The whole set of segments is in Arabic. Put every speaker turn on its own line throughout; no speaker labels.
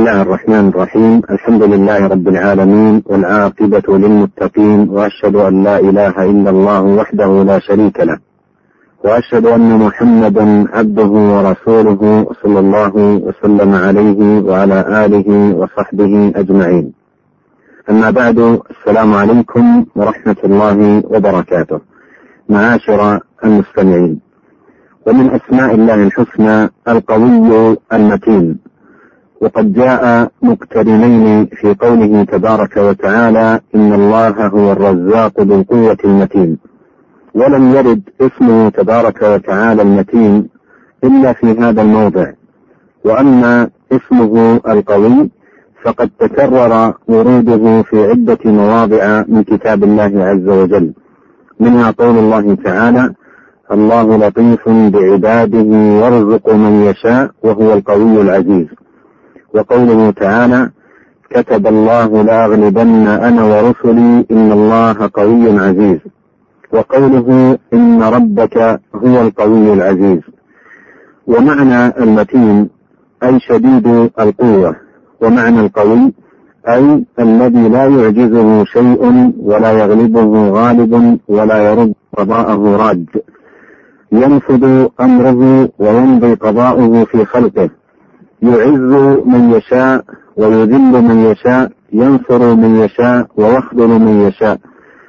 الله الرحمن الرحيم. الحمد لله رب العالمين، والعاقبة للمتقين، وأشهد أن لا إله إلا الله وحده لا شريك له، وأشهد أن محمدا عبده ورسوله صلى الله وسلم عليه وعلى آله وصحبه أجمعين. أما بعد، السلام عليكم ورحمة الله وبركاته. معاشر المستمعين، ومن أسماء الله الحسنى القوي المتين، وقد جاء مقترنين في قوله تبارك وتعالى: إن الله هو الرزاق ذو القوة المتين. ولم يرد اسمه تبارك وتعالى المتين إلا في هذا الموضع. وأما اسمه القوي فقد تكرر وروده في عدة مواضع من كتاب الله عز وجل، منها قول الله تعالى: الله لطيف بعباده يرزق من يشاء وهو القوي العزيز. وقوله تعالى: كتب الله لأغلبن أنا ورسلي إن الله قوي عزيز. وقوله: إن ربك هو القوي العزيز. ومعنى المتين أي شديد القوة، ومعنى القوي أي الذي لا يعجزه شيء ولا يغلبه غالب ولا يرد قضاءه راد، ينفذ أمره ويمضي قضاؤه في خلقه، يعز من يشاء ويذل من يشاء، ينصر من يشاء ويخذل من يشاء،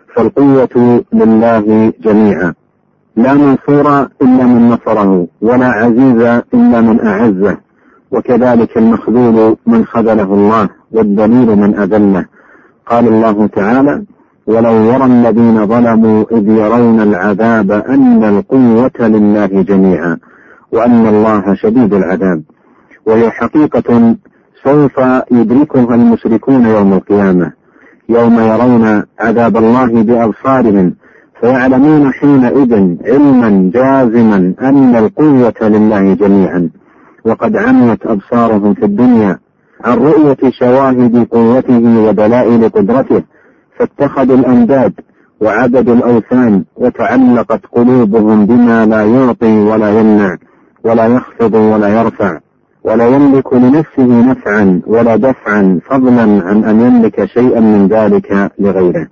فالقوة لله جميعا. لا منصور إلا من نصره، ولا عزيز إلا من أعزه، وكذلك المخذول من خذله الله، والدليل من أذله. قال الله تعالى: ولو يرى الذين ظلموا إذ يرون العذاب أن القوة لله جميعا وأن الله شديد العذاب. وهي حقيقة سوف يدركها المشركون يوم القيامة، يوم يرون عذاب الله بأبصارهم، فيعلمون حينئذ علما جازما أن القوة لله جميعا. وقد عميت أبصارهم في الدنيا عن رؤية شواهد قوته ودلائل قدرته، فاتخذوا الأنداد وعبدوا الأوثان، وتعلقت قلوبهم بما لا يعطي ولا يمنع ولا يخفض ولا يرفع، ولا يملك لنفسه نفعا ولا دفعا، فضلا عن أن يملك شيئا من ذلك لغيره.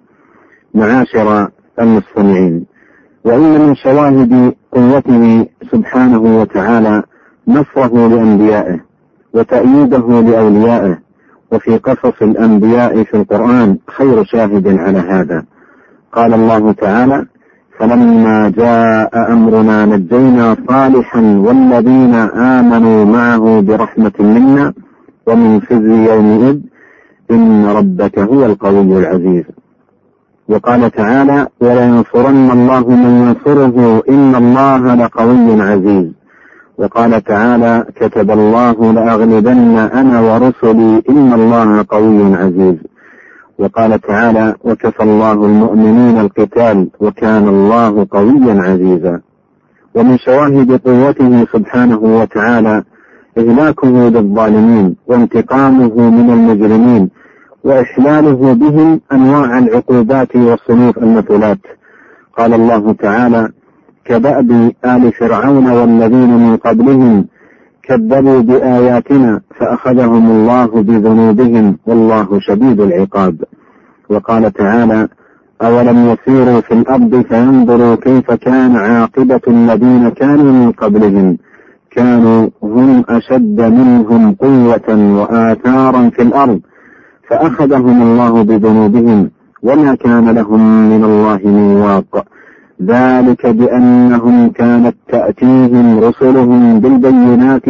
معاشر المستمعين، وإن من شواهد قوته سبحانه وتعالى نصره لأنبيائه وتأييده لأوليائه، وفي قصص الأنبياء في القرآن خير شاهد على هذا. قال الله تعالى: فلما جاء أمرنا نجينا صالحا والذين آمنوا معه برحمة منا ومن خزي يومئذ إن ربك هو القوي العزيز. وقال تعالى: ولينصرن الله من ينصره إن الله لقوي عزيز. وقال تعالى: كتب الله لأغلبن أنا ورسلي إن الله قوي عزيز. وقال تعالى: وكفى الله المؤمنين القتال وكان الله قويا عزيزا. ومن شواهد قوته سبحانه وتعالى إهلاكه للظالمين وانتقامه من المجرمين، وإحلاله بهم أنواع العقوبات والصنوف المثلات. قال الله تعالى: كدأب آل فرعون والذين من قبلهم كذبوا بآياتنا فأخذهم الله بذنوبهم والله شديد العقاب. وقال تعالى: أولم يسيروا في الأرض فينظروا كيف كان عاقبة الذين كانوا من قبلهم كانوا هم أشد منهم قوة وآثارا في الأرض فأخذهم الله بذنوبهم وما كان لهم من الله من واق، ذلك بأنهم كانت تأتيهم رسلهم بالبينات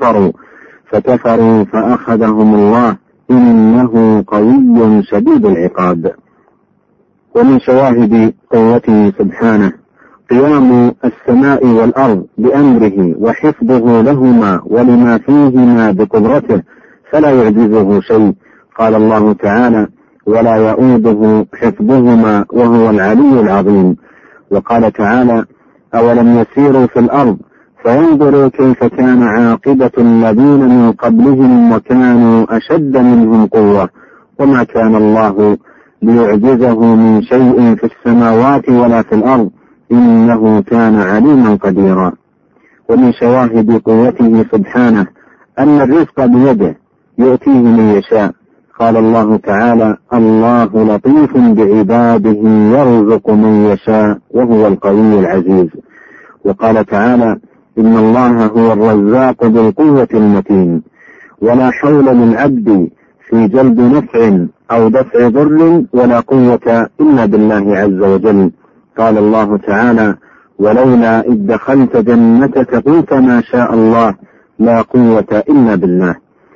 فكفروا فأخذهم الله إنه قوي شديد العقاب. ومن شواهد قوته سبحانه قيام السماء والأرض بأمره وحفظه لهما ولما فيهما بقدرته فلا يعجزه شيء. قال الله تعالى: ولا يؤوده حفظهما وهو العلي العظيم. وقال تعالى: أولم يسيروا في الأرض فينظروا كيف كان عاقبة الذين من قبلهم وكانوا أشد منهم قوة وما كان الله ليعجزه من شيء في السماوات ولا في الأرض إنه كان عليما قديرا. ومن شواهد قوته سبحانه أن الرزق بيده يؤتيه من يشاء. قال الله تعالى: الله لطيف بعباده يرزق من يشاء وهو القوي العزيز. وقال تعالى: إن الله هو الرزاق ذو القوة المتين. ولا حول للعبد في جلب نفع أو دفع ضر ولا قوة إلا بالله عز وجل. قال الله تعالى: ولولا إذ دخلت جنتك قلت ما شاء الله لا قوة إلا بالله.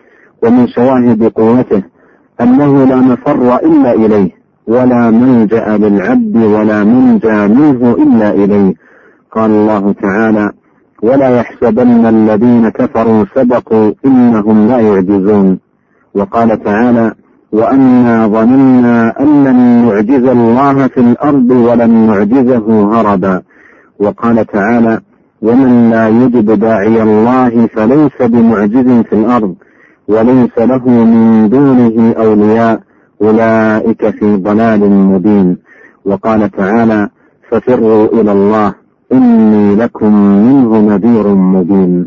ومن شواهد قوته أنه لا مفر إلا إليه، ولا ملجأ للعبد ولا منجى منه إلا إليه. قال الله تعالى: ولا يحسبن الذين كفروا سبقوا إنهم لا يعجزون. وقال تعالى: وأنا ظننا أن لن نعجز الله في الأرض ولن نعجزه هربا. وقال تعالى: ومن لا يجب داعي الله فليس بمعجز في الأرض وليس له من دونه أولياء أولئك في ضلال مبين. وقال تعالى: ففروا إلى الله إني لكم منه نذير مبين.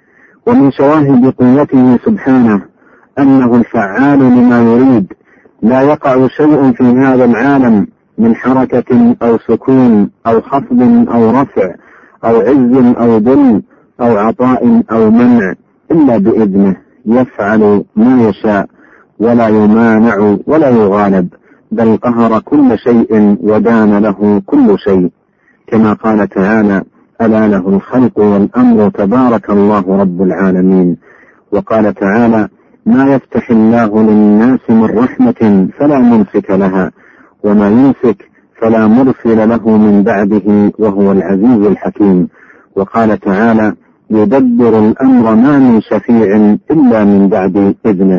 ومن شواهد قوته سبحانه أنه الفعال لما يريد، لا يقع شيء في هذا العالم من حركة أو سكون أو خفض أو رفع أو عز أو ذل أو عطاء أو منع إلا بإذنه، يفعل ما يشاء ولا يمانع ولا يغالب، بل قهر كل شيء ودان له كل شيء، كما قال تعالى: ألا له الخلق والأمر تبارك الله رب العالمين. وقال تعالى: ما يفتح الله للناس من رحمة فلا ممسك لها وما يمسك فلا مرسل له من بعده وهو العزيز الحكيم. وقال تعالى: يدبر الأمر ما من شفيع إلا من بعد إذنه.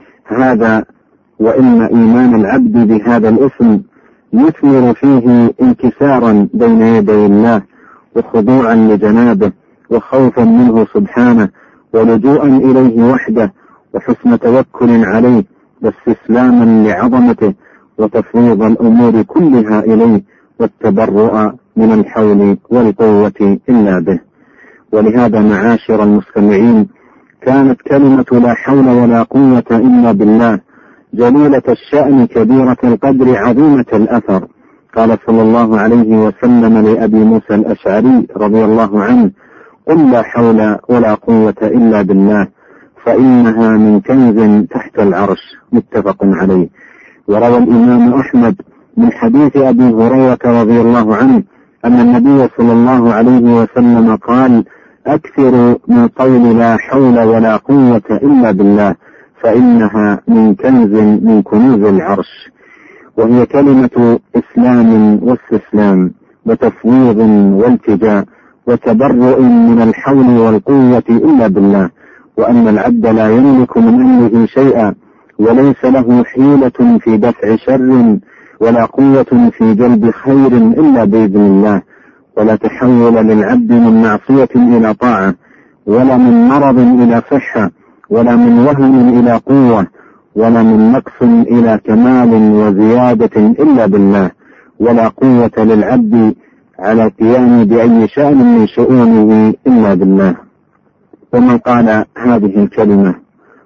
هذا وإن إيمان العبد بهذا الاسم يثمر فيه انكسارا بين يدي الله وخضوعا لجنابه وخوفا منه سبحانه ولجوءا إليه وحده وحسن توكل عليه واستسلاما لعظمته وتفويض الأمور كلها إليه والتبرؤ من الحول والقوة إلا به. ولهذا معاشر المستمعين كانت كلمة لا حول ولا قوة إلا بالله جليلة الشأن كبيرة القدر عظيمة الأثر. قال صلى الله عليه وسلم لأبي موسى الأشعري رضي الله عنه: قل لا حول ولا قوة إلا بالله فإنها من كنز تحت العرش. متفق عليه. وروى الإمام أحمد من حديث أبي هريرة رضي الله عنه أن النبي صلى الله عليه وسلم قال: أكثروا من قول لا حول ولا قوة إلا بالله فإنها من كنز من كنوز العرش. وهي كلمة إسلام واستسلام وتفويض والتجاء وتبرؤ من الحول والقوة إلا بالله، وأن العبد لا يملك من أمره شيئا وليس له حيلة في دفع شر ولا قوة في جلب خير إلا بإذن الله، ولا تحول للعبد من معصية إلى طاعة، ولا من مرض إلى صحة، ولا من وهن إلى قوة، ولا من نقص إلى كمال وزيادة إلا بالله، ولا قوة للعبد على القيام بأي شأن من شؤونه إلا بالله. ومن قال هذه الكلمة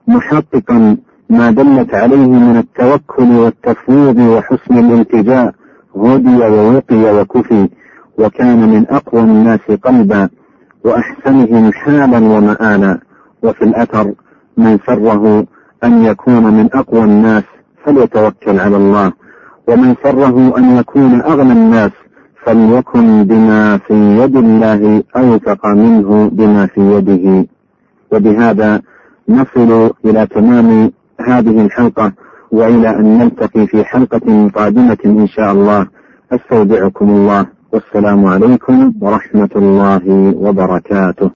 محققا ما دلت عليه من التوكل والتفويض وحسن الالتجاء هدي ووقي وكفي، وكان من أقوى الناس قلبا وأحسنهم حالا ومآلا. وفي الأثر: من سره أن يكون من أقوى الناس فليتوكل على الله، ومن سره أن يكون أغنى الناس فليكن بما في يد الله أوثق منه بما في يده. وبهذا نصل إلى تمام هذه الحلقة، وإلى أن نلتقي في حلقة قادمة إن شاء الله. أستودعكم الله، والسلام عليكم ورحمة الله وبركاته.